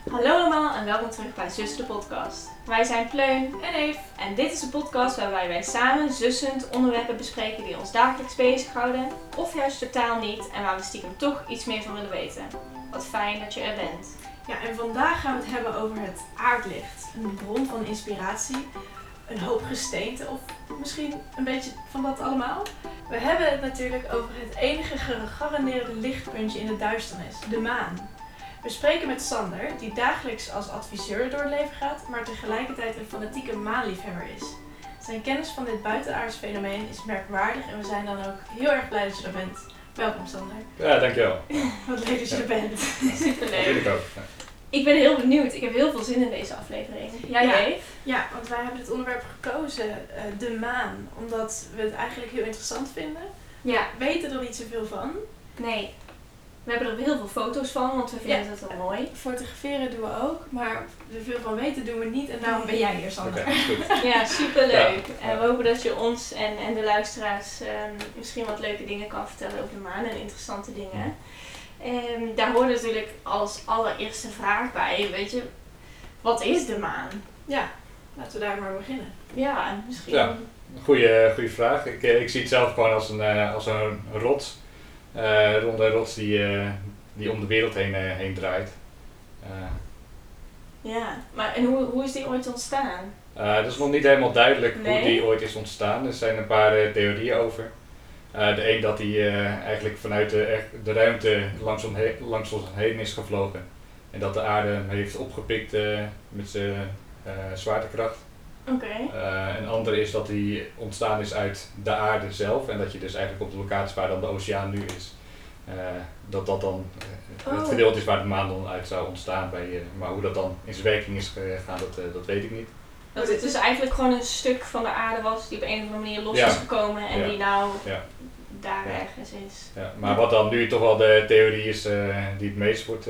Hallo allemaal en welkom terug bij Zussen de podcast. Wij zijn Pleun En Eve. en dit is een podcast waarbij wij samen zussend onderwerpen bespreken die ons dagelijks bezighouden of juist totaal niet en waar we stiekem toch iets meer van willen weten. Wat fijn dat je er bent. Ja, en vandaag gaan we het hebben over het aardlicht. Een bron van inspiratie, een hoop gesteente of misschien een beetje van dat allemaal. We hebben het natuurlijk over het enige gegarandeerde lichtpuntje in de duisternis, de maan. We spreken met Sander, die dagelijks als adviseur door het leven gaat, maar tegelijkertijd een fanatieke maanliefhebber is. Zijn kennis van dit buitenaards fenomeen is merkwaardig en we zijn dan ook heel erg blij dat je er bent. Welkom Sander. Ja, dankjewel. Wat leuk dat je er bent. Dat Superleuk. vind ik ook. Ja. Ik ben heel benieuwd. Ik heb heel veel zin in deze aflevering. Jij, Ja. Eve? Ja, want wij hebben het onderwerp gekozen, de maan, omdat we het eigenlijk heel interessant vinden. Ja. We weten er niet zoveel van. Nee. We hebben er heel veel foto's van, want we vinden Ja. het wel mooi. Fotograferen doen we ook, maar er veel van weten doen we niet en daarom ben jij hier, Sander. Oké, is goed. Ja, superleuk. Ja. En we hopen dat je ons en de luisteraars misschien wat leuke dingen kan vertellen over de maan en interessante dingen. Daar hoort natuurlijk als allereerste vraag bij, weet je, wat is de maan? Ja, laten we daar maar beginnen. Ja, en misschien... Ja. Goeie vraag. Ik zie het zelf gewoon als een rots. Ronde rots die om de wereld heen draait. Ja, maar en hoe is die ooit ontstaan? Dat is nog niet helemaal duidelijk hoe Nee? die ooit is ontstaan. Er zijn een paar theorieën over. De een dat die eigenlijk vanuit de ruimte langs ons heen is gevlogen. En dat de aarde hem heeft opgepikt met zijn zwaartekracht. Oké. Een andere is dat die ontstaan is uit de aarde zelf. En dat je dus eigenlijk op de locatie waar dan de oceaan nu is. Dat dan het Oh. gedeelte is waar de maan dan uit zou ontstaan. Maar hoe dat dan in zijn werking is gegaan, dat weet ik niet. Dat het dus eigenlijk gewoon een stuk van de aarde was die op een of andere manier los Ja. is gekomen en Ja. die nou Ja. daar Ja. ergens is. Ja, maar wat dan nu toch wel de theorie is die het meest wordt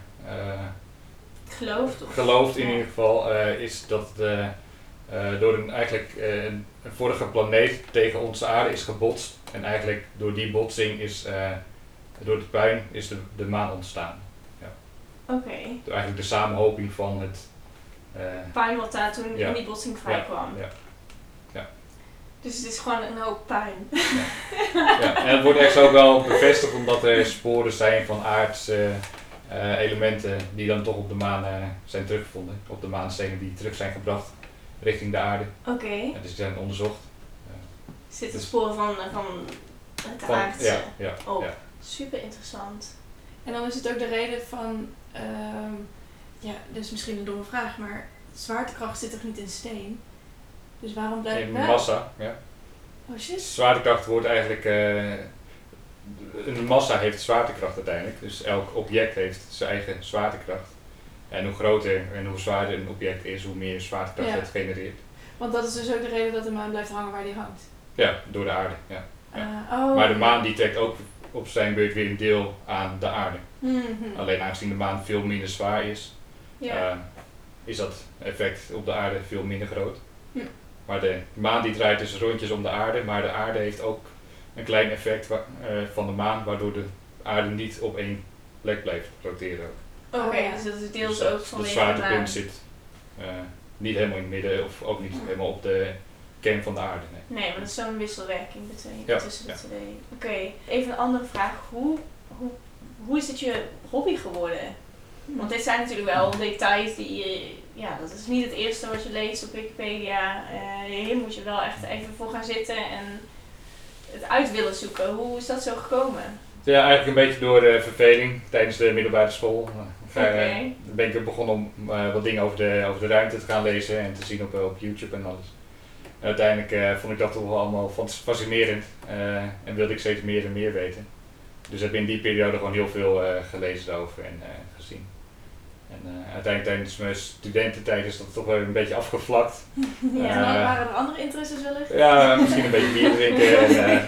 Geloofd of... geloofd in Ja. ieder geval, is dat door een vorige planeet tegen onze aarde is gebotst. En eigenlijk door die botsing door het puin is de maan ontstaan. Oké. Door eigenlijk de samenhoping van het... Puin wat daar toen Ja. in die botsing vrij kwam. ja. Dus het is gewoon een hoop puin. Ja, en het wordt echt zo wel bevestigd omdat er sporen zijn van aardse elementen die dan toch op de maan zijn teruggevonden. Op de maanstenen die terug zijn gebracht richting de aarde. Oké. En dus die zijn onderzocht. Zitten Dus- sporen van het aardse ja, op. ja. Super interessant. En dan is het ook de reden van, ja, dus misschien een domme vraag, maar zwaartekracht zit toch niet in steen? Dus waarom blijft In het massa, ja. Oh shit. Zwaartekracht wordt eigenlijk... een massa heeft zwaartekracht uiteindelijk. Dus elk object heeft zijn eigen zwaartekracht. En hoe groter en hoe zwaarder een object is, hoe meer zwaartekracht Ja. het genereert. Want dat is dus ook de reden dat de maan blijft hangen waar die hangt. Ja, door de aarde. Ja. Oh. Maar de maan die trekt ook op zijn beurt weer een deel aan de aarde. Mhm. Alleen aangezien de maan veel minder zwaar is, Ja. is dat effect op de aarde veel minder groot. Hm. Maar de maan die draait dus rondjes om de aarde, maar de aarde heeft ook een klein effect van de maan, waardoor de aarde niet op één plek blijft roteren. Oké, Oh, ja. dus dat is deels Dus ook de vanwege de maan. zwaartepunt zit niet helemaal in het midden of ook niet helemaal op de kern van de aarde. Nee. Nee, maar dat is zo'n wisselwerking Ja, tussen de ja. twee. Oké, even een andere vraag. Hoe is dit je hobby geworden? Want dit zijn natuurlijk wel details die je... Ja, dat is niet het eerste wat je leest op Wikipedia. Hier moet je wel echt even voor gaan zitten en het uit willen zoeken. Hoe is dat zo gekomen? Ja, eigenlijk een beetje door verveling tijdens de middelbare school. Oké. Ben ik begonnen om wat dingen over de ruimte te gaan lezen en te zien op YouTube en alles. En uiteindelijk vond ik dat toch wel allemaal fascinerend en wilde ik steeds meer en meer weten. Dus heb ik in die periode gewoon heel veel gelezen over en gezien. En uiteindelijk tijdens mijn studententijd is dat toch wel een beetje afgevlakt. Ja. En dan waren er andere interesses wellicht? Ja, misschien een beetje bier drinken.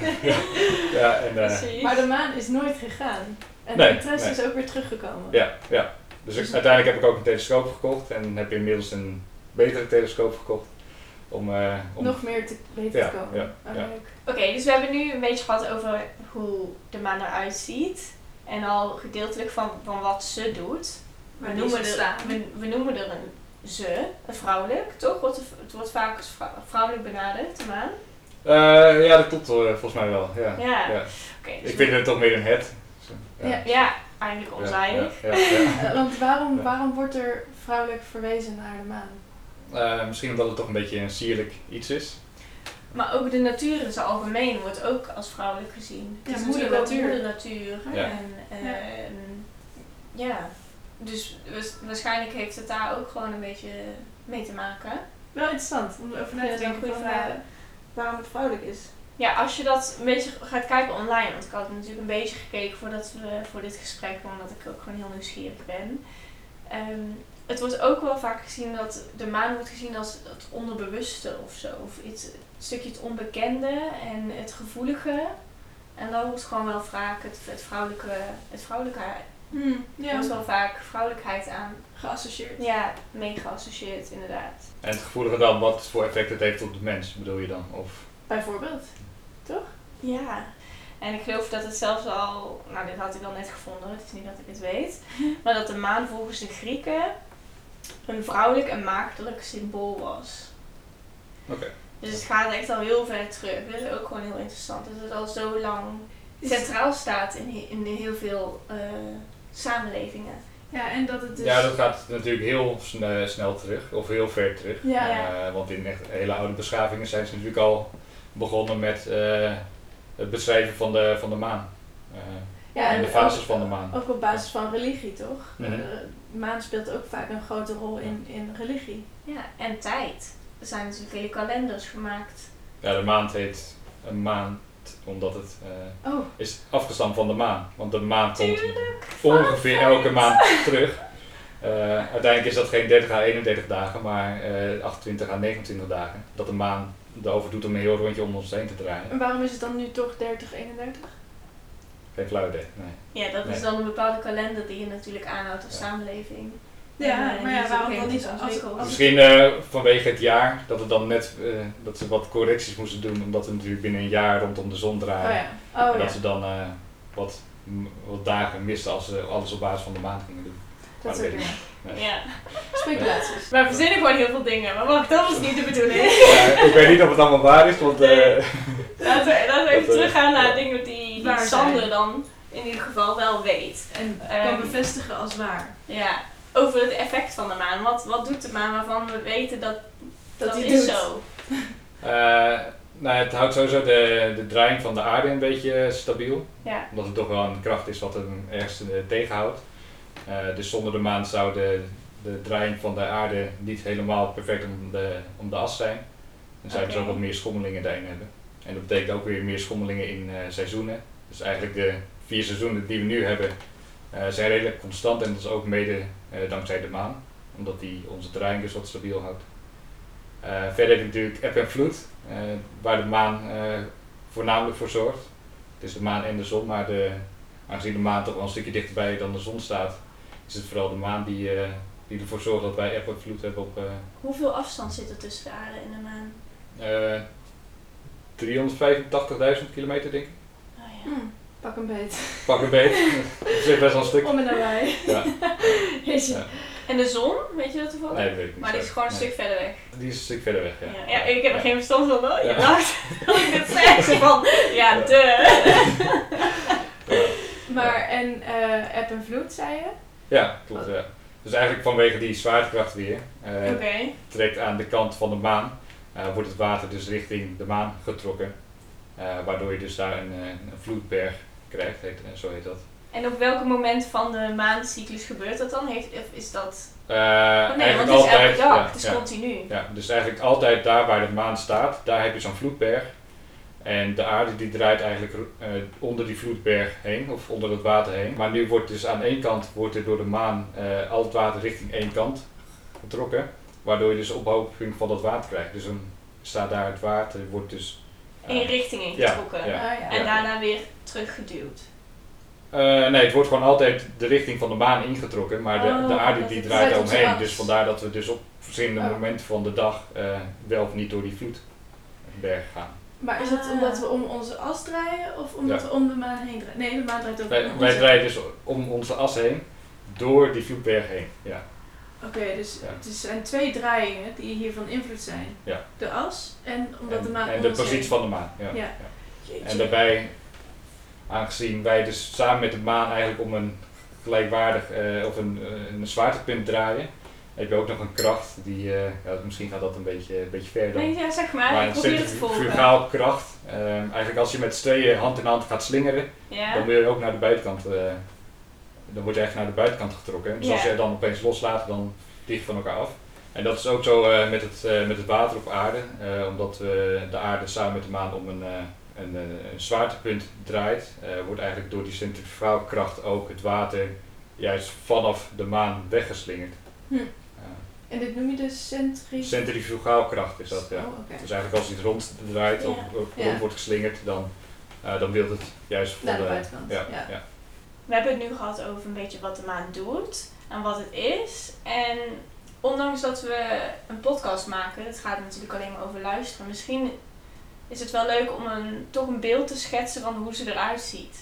Precies. Maar de maan is nooit gegaan. En Nee, de interesse nee. is ook weer teruggekomen. Ja. Dus uiteindelijk heb ik ook een telescoop gekocht en heb inmiddels een betere telescoop gekocht. Om Nog meer te weten Ja, te komen. ja, Oh, ja. leuk. Oké, dus we hebben nu een beetje gehad over hoe de maan eruit ziet. En al gedeeltelijk van wat ze doet. waar die ze staan. We noemen er een ze, een vrouwelijk, toch? Het wordt vaak als vrouwelijk benaderd, de maan. Ja, dat klopt volgens mij wel. Ja. Ja. Ja. Okay, Ik vind het toch meer een het. Ja, eigenlijk onzijdig. Want waarom wordt er vrouwelijk verwezen naar de maan? Misschien omdat het toch een beetje een sierlijk iets is. Maar ook de natuur in zijn algemeen wordt ook als vrouwelijk gezien. Ja, Het is moeder natuurlijk ook natuur. moeder natuur. Ja. Ja, dus waarschijnlijk heeft het daar ook gewoon een beetje mee te maken. Wel interessant om erover na te denken van waarom het vrouwelijk is. Ja, als je dat een beetje gaat kijken online, want ik had natuurlijk een beetje gekeken voordat we voor dit gesprek, omdat ik ook gewoon heel nieuwsgierig ben. Het wordt ook wel vaak gezien dat de maan wordt gezien als het onderbewuste of zo. Of iets, een stukje het onbekende en het gevoelige. En daar wordt gewoon wel vaak het vrouwelijke Ja. wordt wel vaak vrouwelijkheid aan Geassocieerd. ja, mee geassocieerd inderdaad. En het gevoelige dan, wat voor effect het heeft op de mens, bedoel je dan? Of... Bijvoorbeeld. Toch? Ja, en ik geloof dat het zelfs al, nou dit had ik dan net gevonden, het is niet dat ik het weet, maar dat de maan volgens de Grieken een vrouwelijk en maagdelijk symbool was. Oké. Dus het gaat echt al heel ver terug. Dat is ook gewoon heel interessant. Dat het al zo lang centraal staat in heel veel samenlevingen. Ja, en dat het dus... Ja, dat gaat natuurlijk heel snel terug, of heel ver terug. Ja. Want in echt hele oude beschavingen zijn ze natuurlijk al begonnen met het beschrijven van de maan. En de fases van de maan. Ook op basis van religie, toch? Mhm. Maan speelt ook vaak een grote rol in religie. Ja, en tijd. Er zijn natuurlijk hele kalenders gemaakt. Ja, de maand heet een maand omdat het is afgestamd van de maan. Want de maan komt ongeveer elke maand terug. Uiteindelijk is dat geen 30 à 31 dagen, maar 28 à 29 dagen. Dat de maan erover doet om een heel rondje om ons heen te draaien. En waarom is het dan nu toch 30, 31? Geen flauw idee, nee. Ja, dat is dan een bepaalde kalender die je natuurlijk aanhoudt als samenleving. Ja, En maar die ja, is waarom ook dan niet heel als ontwikkeld. Misschien vanwege het jaar, dat het dan net dat ze wat correcties moesten doen, omdat we natuurlijk binnen een jaar rondom de zon draaien. En dat ze dan wat dagen misten als ze alles op basis van de maan gingen doen. Dat Maar is weet ook ik weer. niet. Ja. Speculaties. We verzinnen gewoon heel veel dingen, maar wacht, dat was niet de bedoeling. Ja, ik weet niet of het allemaal waar is, want Laten we even teruggaan naar dingen die waar Sander zijn. dan in ieder geval wel weet. En kan bevestigen als waar. Ja, over het effect van de maan. Wat doet de maan waarvan we weten dat die is doet. zo? nou, het houdt sowieso de draaiing van de aarde een beetje stabiel. Ja. Omdat het toch wel een kracht is wat hem ergens tegenhoudt. Dus zonder de maan zou de draaiing van de aarde niet helemaal perfect om de as zijn. Dan zou je dus ook wat meer schommelingen daarin hebben. En dat betekent ook weer meer schommelingen in seizoenen. Dus eigenlijk de 4 seizoenen die we nu hebben zijn redelijk constant en dat is ook mede dankzij de maan. Omdat die onze draaiing dus wat stabiel houdt. Verder heb je natuurlijk eb en vloed, waar de maan voornamelijk voor zorgt. Het is de maan en de zon, maar aangezien de maan toch wel een stukje dichterbij dan de zon staat, is het vooral de maan die ervoor zorgt dat wij eb en vloed hebben op... Hoeveel afstand zit er tussen de aarde en de maan? 385.000 kilometer denk ik. Oh ja. Pak een beet. Pak een beet. Dat is best wel een stuk. Om en nabij. Ja. Ja. En de zon, weet je dat toevallig? Nee, dat weet ik niet. Maar die is gewoon een stuk verder weg. Die is een stuk verder weg, ja. Ja, ik heb er geen verstand van hoor. Je Ja. lacht. Ik zeg ze van, ja, Maar en eb en vloed, zei je? Ja, klopt. Ja. Dus eigenlijk vanwege die zwaartekracht weer Oké. trekt aan de kant van de maan, wordt het water dus richting de maan getrokken. Waardoor je dus daar een vloedberg krijgt, zo heet dat. En op welk moment van de maancyclus gebeurt dat dan? Is dat... Nee, nee, want het is elke dag, het is continu. Ja, dus eigenlijk altijd daar waar de maan staat, daar heb je zo'n vloedberg. En de aarde die draait eigenlijk onder die vloedberg heen, of onder het water heen. Maar nu wordt dus aan één kant wordt er door de maan al het water richting één kant getrokken. Waardoor je dus ophoping van dat water krijgt. Dus dan staat daar het water, wordt dus... In richting ingetrokken. Ja. En daarna weer teruggeduwd. Nee, het wordt gewoon altijd de richting van de maan ingetrokken, maar de aarde die draait omheen. Dus vandaar dat we dus op verschillende momenten van de dag wel of niet door die vloedberg gaan. Maar is het omdat we om onze as draaien of omdat we om de maan heen draaien? Nee, de maan draait ook om Wij draaien dus om onze as heen. door die vloedberg heen. Ja. Oké, dus Ja. het zijn 2 draaiingen die hier van invloed zijn. Ja. De as en omdat de maan En om de ons heen- positie van de maan. Ja. Ja. Ja. Jeetje. En daarbij, aangezien wij dus samen met de maan eigenlijk om een gelijkwaardig of een zwaartepunt draaien, heb je ook nog een kracht die, misschien gaat dat een beetje ver dan. Nee, ja, zeg maar. Maar Ik een probeer het te volgen. centrifugaal kracht. Eigenlijk als je met z'n tweeën hand in hand gaat slingeren, Ja. dan wil je ook naar de buitenkant. Dan word je echt naar de buitenkant getrokken. Dus als Ja. je dan opeens loslaat, dan vlieg je van elkaar af. En dat is ook zo met het water op aarde. Omdat de aarde samen met de maan om een zwaartepunt draait, wordt eigenlijk door die centrifugaalkracht ook het water juist vanaf de maan weggeslingerd. En dit noem je de Centrifugaalkracht is dat, ja. Oh, oké. Dus eigenlijk als iets rond draait of rond Ja. wordt geslingerd, dan wil het juist voor Naar de buitenkant. Ja, Ja. ja. We hebben het nu gehad over een beetje wat de maan doet en wat het is. En ondanks dat we een podcast maken, het gaat natuurlijk alleen maar over luisteren. Misschien is het wel leuk om toch een beeld te schetsen van hoe ze eruit ziet.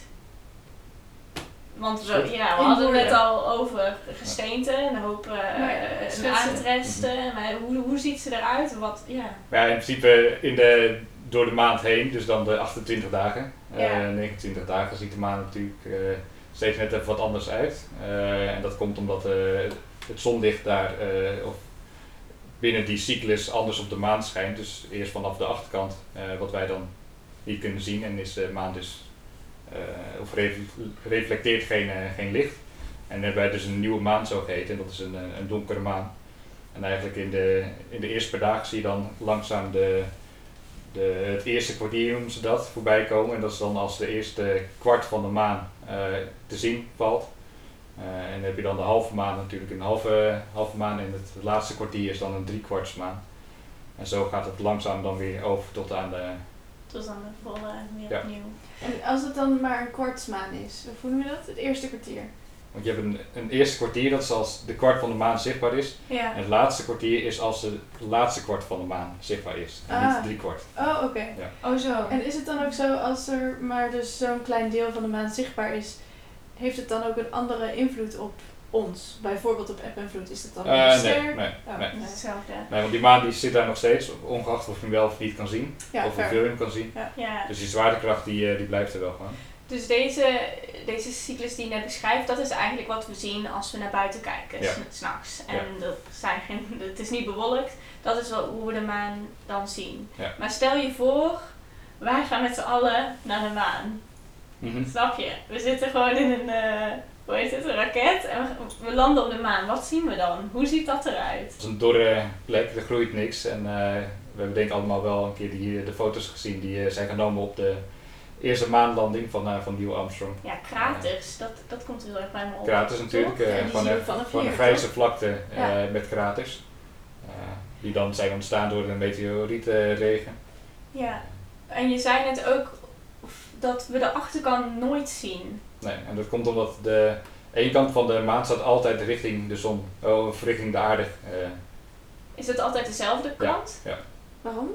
Want we hadden het net al over gesteente, een hoop schetsen. aardresten. Maar hoe ziet ze eruit? Maar ja, in principe door de maand heen, dus dan de 28 dagen, 29 dagen ziet de maan natuurlijk steeds net even wat anders uit. En dat komt omdat het zonlicht daar of binnen die cyclus anders op de maan schijnt. Dus eerst vanaf de achterkant, wat wij dan niet kunnen zien, en is de maan dus reflecteert geen licht. En hebben wij dus een nieuwe maan zo geheten, en dat is een donkere maan. En eigenlijk in de eerste paar dagen zie je dan langzaam het eerste kwartier, noemen ze dat, voorbij komen. En dat is dan als de eerste kwart van de maan te zien valt. En dan heb je dan de halve maan natuurlijk, een halve maan, en het laatste kwartier is dan een driekwarts maan. En zo gaat het langzaam dan weer over tot aan de volle weer Ja. opnieuw. En als het dan maar een kwartsmaan is, hoe noem je dat? Het eerste kwartier. Want je hebt een eerste kwartier, dat is als de kwart van de maan zichtbaar is. Ja. En het laatste kwartier is als de laatste kwart van de maan zichtbaar is. En niet driekwart. Oh, oké. Ja. Oh zo. En is het dan ook zo, als er maar dus zo'n klein deel van de maan zichtbaar is, heeft het dan ook een andere invloed op ons? Bijvoorbeeld op eb en vloed, is het dan Nee, sterk? nee. Het is hetzelfde. Nee, want die maan die zit daar nog steeds, ongeacht of je hem wel of niet kan zien. Ja, of fair. hoeveel je hem kan zien. Ja. Dus die zwaartekracht die blijft er wel gewoon. Dus deze cyclus die je net beschrijft, dat is eigenlijk wat we zien als we naar buiten kijken, Ja. 'S'nachts. En Ja. het is niet bewolkt, dat is wel hoe we de maan dan zien. Ja. Maar stel je voor, wij gaan met z'n allen naar de maan. Snap je? We zitten gewoon in een raket en we landen op de maan. Wat zien we dan? Hoe ziet dat eruit? Het is een dorre plek, er groeit niks. En we hebben denk ik allemaal wel een keer de foto's gezien die zijn genomen op de eerste maanlanding van Neil Armstrong. Ja, kraters, dat komt heel erg bij me op. Kraters natuurlijk, Toch? Ja, die van zien we vanaf een hier, grijze toch? vlakte Ja. met kraters. Die dan zijn ontstaan door een meteorietenregen. Ja, en je zei net ook dat we de achterkant nooit zien. Nee, en dat komt omdat de ene kant van de maan staat altijd richting de zon, of richting de aarde. Is het altijd dezelfde kant? Ja. Waarom?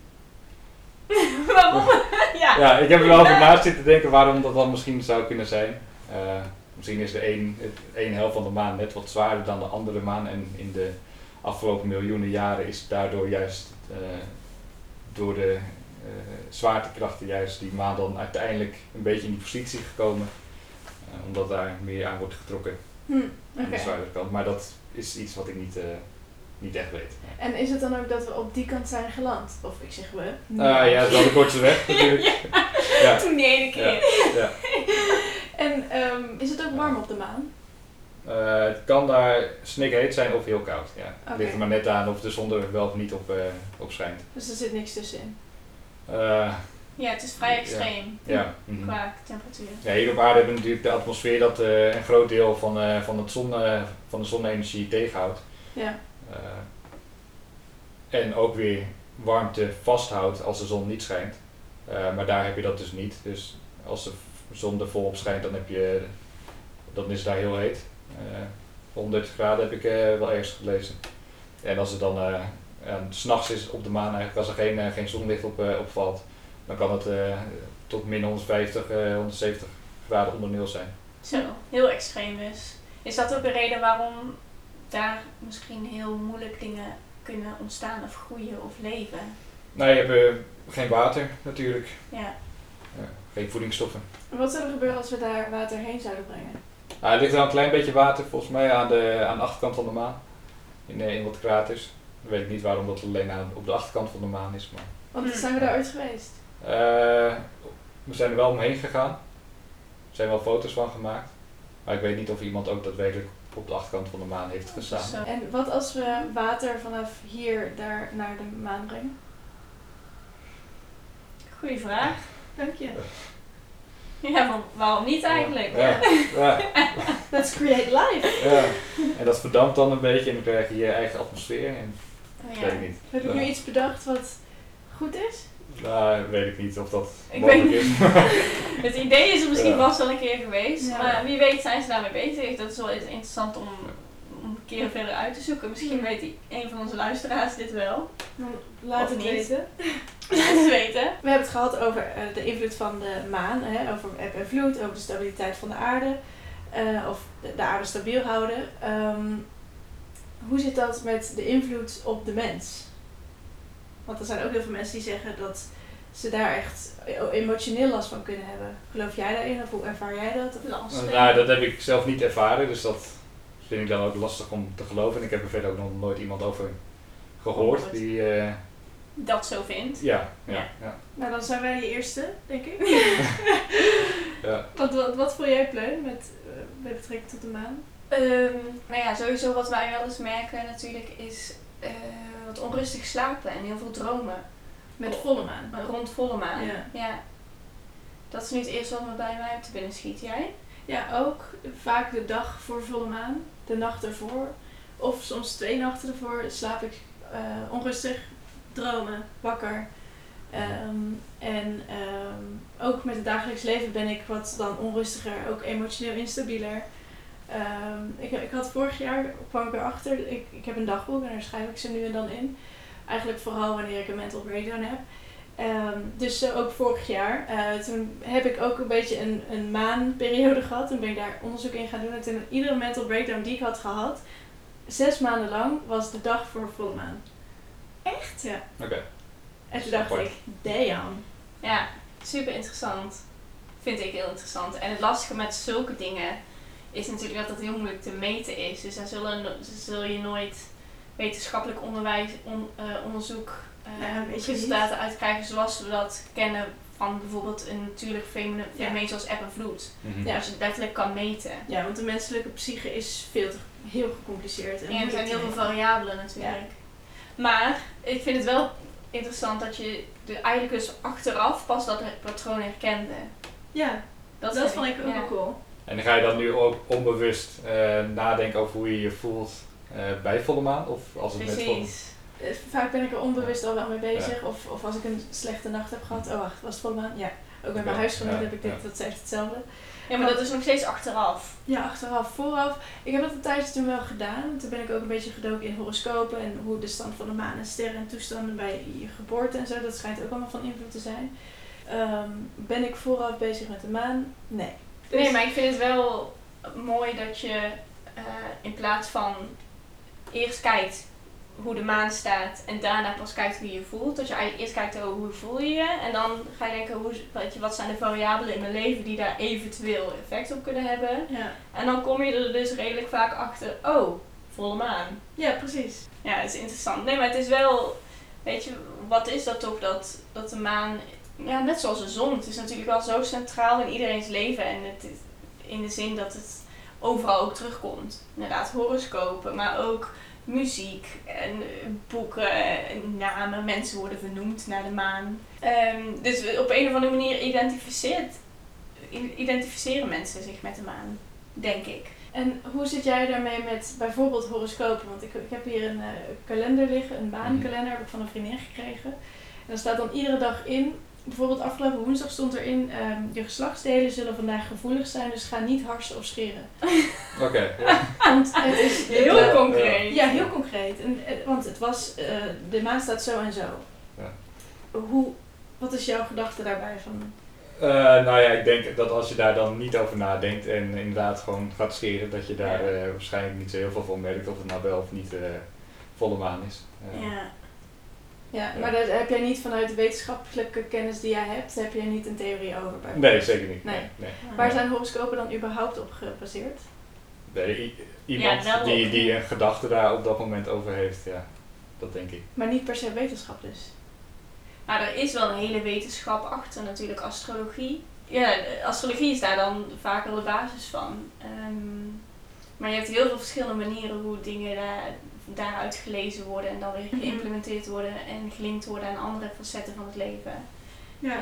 Waarom? Ja. Ja, ik heb er wel over na zitten denken waarom dat dan misschien zou kunnen zijn. Misschien is de een helft van de maan net wat zwaarder dan de andere maan, en in de afgelopen miljoenen jaren is daardoor juist door de zwaartekrachten juist die maan dan uiteindelijk een beetje in die positie gekomen, omdat daar meer aan wordt getrokken aan de zwaardere kant. Maar dat is iets wat ik niet echt weet. En is het dan ook dat we op die kant zijn geland? Of ik zeg we. Ja, dat is wel de kortste weg natuurlijk. Ja. Toen die ene keer. Ja. En is het ook warm op de maan? Het kan daar snikheet zijn of heel koud. Ja. Het Oké. ligt er maar net aan of de zon er wel of niet op schijnt. Dus er zit niks tussenin. Ja, het is vrij extreem Ja. qua temperatuur. Ja, hier op aarde hebben we natuurlijk de atmosfeer dat een groot deel van de zonne-energie tegenhoudt. Ja. En ook weer warmte vasthoudt als de zon niet schijnt. Maar daar heb je dat dus niet. Dus als de zon er volop schijnt, dan is het daar heel heet. 130 graden heb ik wel ergens gelezen. En als het dan 's nachts is op de maan, eigenlijk als er geen zonlicht op valt, dan kan het tot min 150, 170 graden onder nul zijn. Zo, heel extreem dus. Is dat ook een reden waarom daar misschien heel moeilijk dingen kunnen ontstaan of groeien of leven? Nou, je hebt geen water natuurlijk. Ja. Geen voedingsstoffen. Wat zou er gebeuren als we daar water heen zouden brengen? Er ligt wel een klein beetje water volgens mij aan de achterkant van de maan. In wat kraters. Ik weet niet waarom dat alleen op de achterkant van de maan is. Maar Want zijn we daar ooit geweest? we zijn er wel omheen gegaan. Er zijn wel foto's van gemaakt. Maar ik weet niet of iemand ook daadwerkelijk op de achterkant van de maan heeft gestaan. Zo. En wat als we water vanaf hier daar naar de maan brengen? Goeie vraag. Dank je. Ja, waarom niet eigenlijk? Ja. Let's create life. Ja. En dat verdampt dan een beetje en dan krijg je je eigen atmosfeer. En Ja. weet ik niet. Heb ik nu iets bedacht wat goed is? Nou, weet ik niet of dat Ik mogelijk weet is. Het idee is er misschien Ja. vast wel een keer geweest, Ja. maar wie weet zijn ze daarmee bezig. Dat is wel interessant om een keer verder uit te zoeken. Misschien weet een van onze luisteraars dit wel. Dan laat Of het niet. weten. Laat het weten. We hebben het gehad over de invloed van de maan, over eb en vloed, over de stabiliteit van de aarde, of de aarde stabiel houden. Hoe zit dat met de invloed op de mens? Want er zijn ook heel veel mensen die zeggen dat ze daar echt emotioneel last van kunnen hebben. Geloof jij daarin of hoe ervaar jij dat? Of Lastig. Nou, dat heb ik zelf niet ervaren, dus dat vind ik dan ook lastig om te geloven. En ik heb er verder ook nog nooit iemand over gehoord die... Dat zo vindt. ja. Nou, dan zijn wij de eerste, denk ik. Ja. Wat voel jij, Pleun, met betrekking tot de maan? Nou ja, sowieso wat wij wel eens merken natuurlijk is wat onrustig slapen en heel veel dromen. Met volle maan. Rond volle maan. Ja. Dat is nu het eerste wat me bij mij op te binnen schiet. Jij? Ja, ook vaak de dag voor volle maan, de nacht ervoor, of soms 2 nachten ervoor slaap ik onrustig, dromen, wakker. Ook met het dagelijks leven ben ik wat dan onrustiger, ook emotioneel instabieler. Ik had vorig jaar, kwam ik erachter, ik heb een dagboek en daar schrijf ik ze nu en dan in. Eigenlijk vooral wanneer ik een mental breakdown heb. Dus ook vorig jaar. Toen heb ik ook een beetje een maanperiode gehad. Toen ben ik daar onderzoek in gaan doen. En toen iedere mental breakdown die ik had gehad, 6 maanden lang, was de dag voor volle maan. Echt? Ja. Oké. En toen dacht ik, damn. Ja, super interessant. Vind ik heel interessant. En het lastige met zulke dingen is natuurlijk dat het heel moeilijk te meten is. Dus daar zul je nooit wetenschappelijk onderzoek resultaten uitkrijgen zoals we dat kennen van bijvoorbeeld een natuurlijk fenomeen zoals eb en vloed. Mhm. Ja. Als je het letterlijk kan meten. Ja, want de menselijke psyche is heel gecompliceerd. En er zijn heel veel variabelen natuurlijk. Ja. Maar ik vind het wel interessant dat je eigenlijk dus achteraf pas dat patroon herkende. Ja, dat vond ik ook wel cool. En dan ga je dan nu ook onbewust nadenken over hoe je je voelt bij volle maan? Of als het net volle... Vaak ben ik er onbewust al wel mee bezig. Ja. Of als ik een slechte nacht heb gehad. Oh wacht, was het volle maan? Ja. Ook met mijn huisgenoot heb ik dit, dat is echt hetzelfde. Ja, maar dat is nog steeds achteraf. Ja, achteraf, vooraf. Ik heb dat een tijdje toen wel gedaan. Toen ben ik ook een beetje gedoken in horoscopen en hoe de stand van de maan en sterren en toestanden bij je geboorte en zo. Dat schijnt ook allemaal van invloed te zijn. Ben ik vooraf bezig met de maan? Nee. Dus... Nee, maar ik vind het wel mooi dat je in plaats van eerst kijkt hoe de maan staat en daarna pas kijkt hoe je je voelt. Dat je eigenlijk eerst kijkt hoe voel je je en dan ga je denken wat zijn de variabelen in mijn leven die daar eventueel effect op kunnen hebben. Ja. En dan kom je er dus redelijk vaak achter, oh, volle maan. Ja, precies. Ja, het is interessant. Nee, maar het is wel, weet je, wat is dat toch dat de maan, ja, net zoals de zon, het is natuurlijk wel zo centraal in iedereen's leven en het in de zin dat het overal ook terugkomt. Inderdaad, horoscopen, maar ook muziek en boeken en namen, mensen worden vernoemd naar de maan. Dus op een of andere manier identificeren mensen zich met de maan, denk ik. En hoe zit jij daarmee met bijvoorbeeld horoscopen? Want ik heb hier een kalender liggen, een maankalender, heb ik van een vriendin gekregen. En daar staat dan iedere dag in, bijvoorbeeld afgelopen woensdag stond erin, je geslachtsdelen zullen vandaag gevoelig zijn, dus ga niet harsen of scheren. Oké. Ja. Want het is heel concreet. Ja, heel concreet. Want het was, de maan staat zo en zo. Ja. Wat is jouw gedachte daarbij van? Nou ja, ik denk dat als je daar dan niet over nadenkt en inderdaad gewoon gaat scheren, dat je daar waarschijnlijk niet zo heel veel van merkt of het nou wel of niet volle maan is. Ja, maar daar heb jij niet vanuit de wetenschappelijke kennis die jij hebt, heb jij niet een theorie over? Nee, zeker niet. Nee. Nee. Waar zijn horoscopen dan überhaupt op gebaseerd? Iemand die een gedachte daar op dat moment over heeft, ja, dat denk ik. Maar niet per se wetenschap dus? Maar er is wel een hele wetenschap achter natuurlijk, astrologie. Ja, astrologie is daar dan vaak wel de basis van. Maar je hebt heel veel verschillende manieren hoe dingen daaruit gelezen worden en dan weer geïmplementeerd worden en gelinkt worden aan andere facetten van het leven. Ja.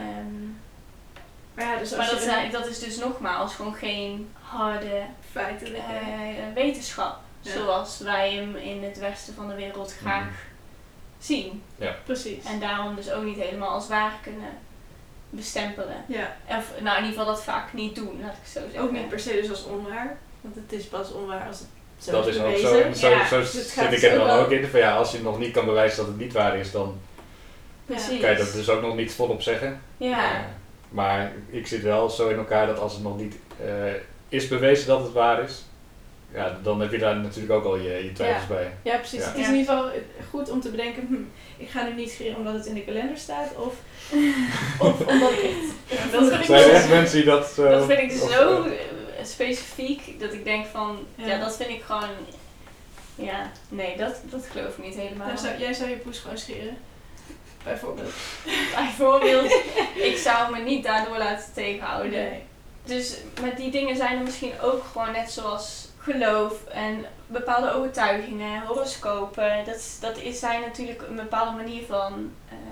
Maar dat is dus nogmaals gewoon geen harde wetenschap. Ja. Zoals wij hem in het westen van de wereld graag zien. Ja. Precies. En daarom dus ook niet helemaal als waar kunnen bestempelen. Ja. Of nou in ieder geval dat vaak niet doen, laat ik het zo zeggen. Ook niet per se dus als onwaar. Want het is pas onwaar als het zo dat is ook bewezen. zo Dus zit ik er dan ook in. Van ja, als je nog niet kan bewijzen dat het niet waar is, dan Precies. kan je dat dus ook nog niet volop zeggen. Ja. Maar ik zit wel zo in elkaar dat als het nog niet is bewezen dat het waar is, ja, dan heb je daar natuurlijk ook al je twijfels bij. Ja, precies. Ja. Het is in ieder geval goed om te bedenken, ik ga nu niet scheren omdat het in de kalender staat of omdat ik het... Zijn er echt mensen die dat... dat vind ik zo specifiek dat ik denk van, ja dat vind ik gewoon... Ja, nee, dat geloof ik niet helemaal. Jij zou je poes gewoon scheren? Bijvoorbeeld. Ik zou me niet daardoor laten tegenhouden. Nee. Dus met die dingen zijn er misschien ook gewoon net zoals geloof en bepaalde overtuigingen, horoscopen. Zijn natuurlijk een bepaalde manier van...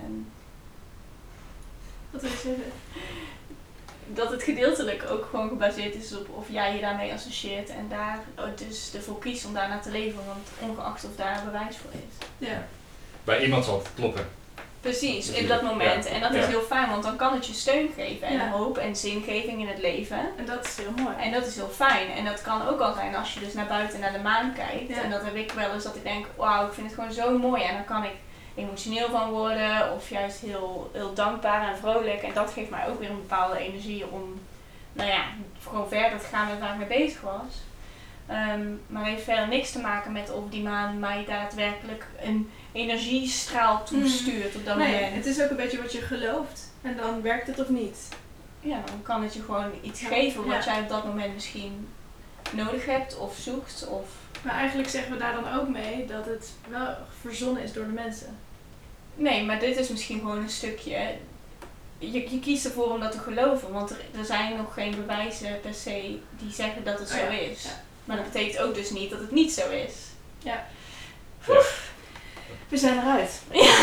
Wat wil je zeggen? Dat het gedeeltelijk ook gewoon gebaseerd is op of jij je daarmee associeert en daar dus ervoor kiest om daarna te leven, want ongeacht of daar bewijs voor is. Ja. Bij iemand zal het kloppen. Precies, in dat moment. Ja. En dat is heel fijn, want dan kan het je steun geven en Ja. hoop en zingeving in het leven. En dat is heel mooi. En dat is heel fijn. En dat kan ook al zijn als je dus naar buiten naar de maan kijkt. Ja. En dat heb ik wel eens dat ik denk, wauw, ik vind het gewoon zo mooi. En dan kan ik emotioneel van worden of juist heel, heel dankbaar en vrolijk. En dat geeft mij ook weer een bepaalde energie om, nou ja, gewoon verder te gaan met waar ik mee bezig was. Maar het heeft verder niks te maken met of die maan mij daadwerkelijk een energiestraal toestuurt op dat moment. Het is ook een beetje wat je gelooft. En dan werkt het of niet. Ja, dan kan het je gewoon iets geven wat jij op dat moment misschien nodig hebt of zoekt. Of... Maar eigenlijk zeggen we daar dan ook mee dat het wel verzonnen is door de mensen. Nee, maar dit is misschien gewoon een stukje... Je kiest ervoor om dat te geloven, want er zijn nog geen bewijzen per se die zeggen dat het zo is. Ja. Maar dat betekent ook dus niet dat het niet zo is. Ja. We zijn eruit.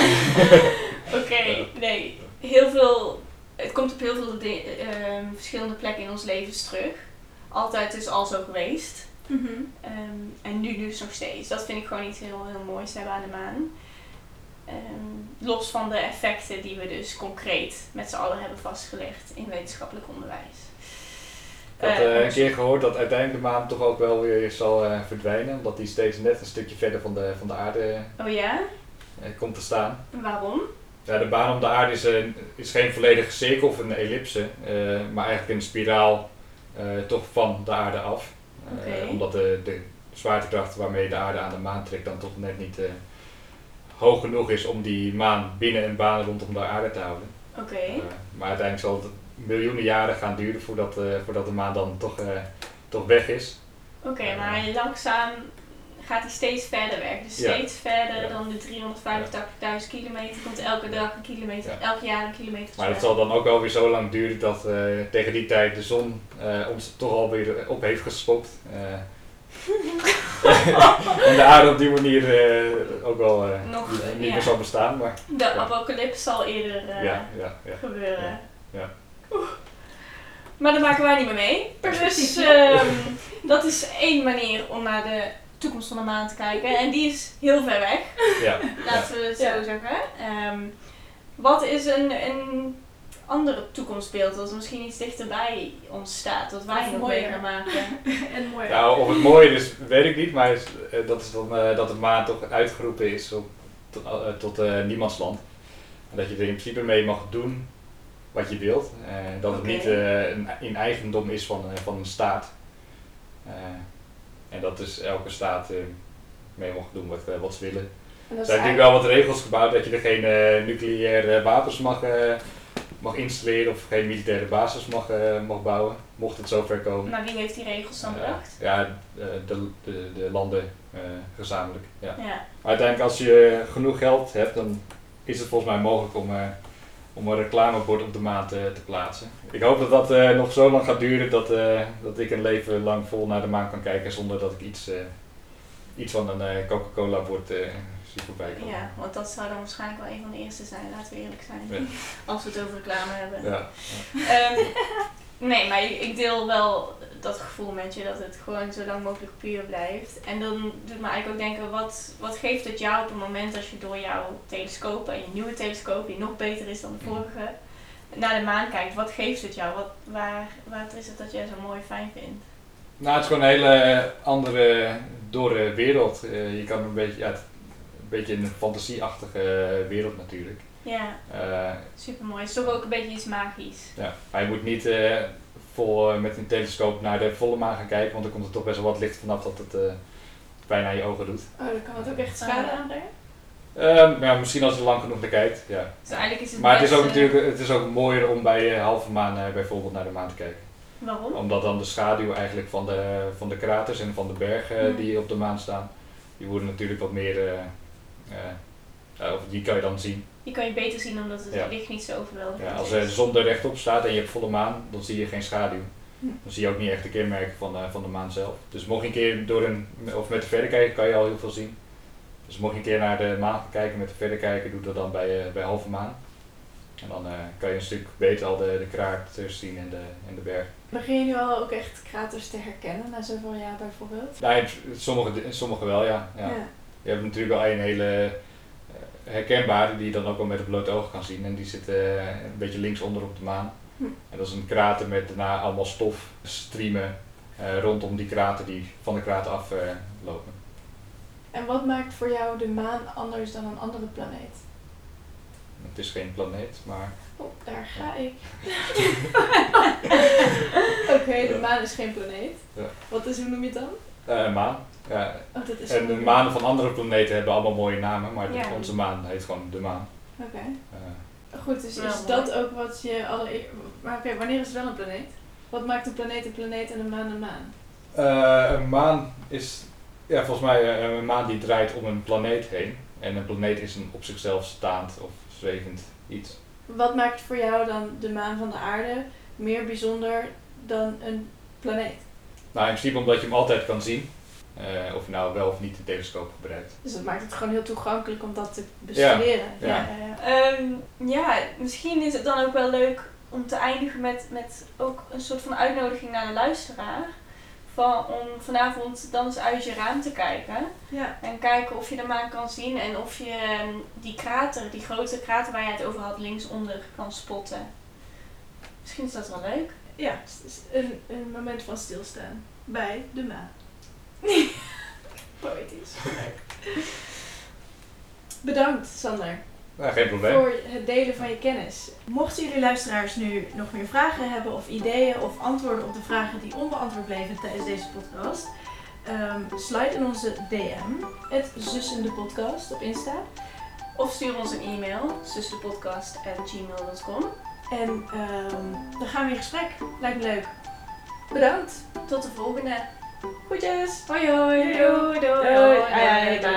Oké, nee. Heel veel... Het komt op heel veel verschillende plekken in ons leven terug. Altijd is al zo geweest. Mm-hmm. En nu dus nog steeds. Dat vind ik gewoon iets heel, heel moois hebben aan de maan. Los van de effecten die we dus concreet met z'n allen hebben vastgelegd in wetenschappelijk onderwijs. Ik had een keer gehoord dat uiteindelijk de maan toch ook wel weer zal verdwijnen. Omdat die steeds net een stukje verder van de aarde komt te staan. Waarom? Ja, de baan om de aarde is geen volledige cirkel of een ellipse. Maar eigenlijk een spiraal toch van de aarde af. Omdat de zwaartekracht waarmee de aarde aan de maan trekt dan toch net niet hoog genoeg is om die maan binnen een baan rondom de aarde te houden. Maar uiteindelijk zal het miljoenen jaren gaan duren voordat de maan dan toch weg is. Maar langzaam gaat hij steeds verder weg. Dus steeds verder dan de 385.000 kilometer. Komt elke dag een kilometer, elk jaar een kilometer. Maar het zal dan ook alweer zo lang duren dat tegen die tijd de zon ons toch alweer op heeft gespokt. En de aarde op die manier ook wel niet meer zal bestaan. Maar, de apocalypse zal eerder gebeuren. Ja. Maar daar maken wij niet meer mee. Dus dat is één manier om naar de toekomst van de maan te kijken. En die is heel ver weg. Laten we het zo zeggen. Wat is een andere toekomstbeeld dat misschien iets dichterbij ons staat, dat wij nog mee gaan maken? En mooier. Nou, of het mooier is, weet ik niet, maar dat is dan dat de maan toch uitgeroepen is tot niemandsland. En dat je er in principe mee mag doen wat je wilt. Dat het niet in eigendom is van een staat. En dat is elke staat mee mag doen wat ze willen. Er zijn natuurlijk wel wat regels gebouwd dat je er geen nucleaire wapens mag installeren of geen militaire basis mag bouwen, mocht het zover komen. Maar wie heeft die regels dan bedacht? Ja, de landen gezamenlijk. Ja. Ja. Maar uiteindelijk als je genoeg geld hebt, dan is het volgens mij mogelijk om een reclamebord op de maan te plaatsen. Ik hoop dat dat nog zo lang gaat duren dat ik een leven lang vol naar de maan kan kijken zonder dat ik iets van een Coca-Cola bord zie voorbij komen. Ja, want dat zou dan waarschijnlijk wel een van de eerste zijn, laten we eerlijk zijn. Ja. Als we het over reclame hebben. Ja. Nee, maar ik deel wel dat gevoel met je dat het gewoon zo lang mogelijk puur blijft. En dan doet me eigenlijk ook denken, wat geeft het jou op het moment als je door jouw telescoop en je nieuwe telescoop, die nog beter is dan de vorige, naar de maan kijkt? Wat geeft het jou? Wat is het dat jij zo mooi fijn vindt? Nou, het is gewoon een hele andere, dorre wereld. Je kan een beetje in een fantasieachtige wereld natuurlijk. Ja, supermooi. Het is toch ook een beetje iets magisch. Ja, maar je moet niet vol met een telescoop naar de volle maan gaan kijken, want dan komt er toch best wel wat licht vanaf dat het pijn aan je ogen doet. Oh, dan kan het ook echt schade aanbrengen? Ja, misschien als je lang genoeg naar kijkt, ja. Dus eigenlijk is het Maar best, het is ook mooier om bij halve maan bijvoorbeeld naar de maan te kijken. Waarom? Omdat dan de schaduw eigenlijk van de kraters en van de bergen die op de maan staan, die worden natuurlijk wat meer, of die kan je dan zien. Die kan je beter zien omdat het Ja. licht niet zo overweldigend Ja, als is. de zon er rechtop staat en je hebt volle maan, dan zie je geen schaduw. Dan zie je ook niet echt de kenmerken van de maan zelf. Dus mocht je een keer of met de verrekijker kan je al heel veel zien. Dus mocht je een keer naar de maan gaan kijken met de verrekijker, doe dat dan bij halve maan. En dan kan je een stuk beter al de kraters zien en de bergen. Begin je nu al ook echt kraters te herkennen na zoveel jaar bijvoorbeeld? Nee, sommige wel, ja. Je hebt natuurlijk wel een hele herkenbare die je dan ook wel met het blote oog kan zien. En die zit een beetje linksonder op de maan. En dat is een krater met daarna allemaal stofstriemen rondom die krater die van de krater aflopen. En wat maakt voor jou de maan anders dan een andere planeet? Het is geen planeet, maar... Oh, daar ga ik. Oké, de maan is geen planeet. Ja. Hoe noem je het dan? Een maan. Ja. Oh, dat is En de manen van andere planeten hebben allemaal mooie namen, maar Ja. onze maan heet gewoon de maan. Oké. Uh, Goed, dus Wel is mooi. dat ook wat je Maar oké, wanneer is het wel een planeet? Wat maakt een planeet en een maan een maan? Een maan is volgens mij een maan die draait om een planeet heen. En een planeet is een op zichzelf staand of zwevend iets. Wat maakt voor jou dan de maan van de aarde meer bijzonder dan een planeet? Nou, in principe omdat je hem altijd kan zien. Of je nou wel of niet de telescoop gebruikt. Dus dat maakt het gewoon heel toegankelijk om dat te bestuderen. Ja. Ja, misschien is het dan ook wel leuk om te eindigen met ook een soort van uitnodiging naar de luisteraar. Om vanavond dan eens uit je raam te kijken. Ja. En kijken of je de maan kan zien en of je die grote krater waar je het over had, linksonder kan spotten. Misschien is dat wel leuk. Ja, het is een moment van stilstaan bij de maan. Poëtisch. Bedankt, Sander. Nou, geen probleem. Voor het delen van je kennis. Mochten jullie luisteraars nu nog meer vragen hebben of ideeën of antwoorden op de vragen die onbeantwoord bleven tijdens deze podcast, slide in onze DM, @zussendepodcast op Insta. Of stuur ons een e-mail, zussendepodcast@gmail.com. En dan gaan we in gesprek. Lijkt me leuk. Bedankt. Tot de volgende. Groetjes. Hoi hoi. Doei. Doei doei. Doei. Doei.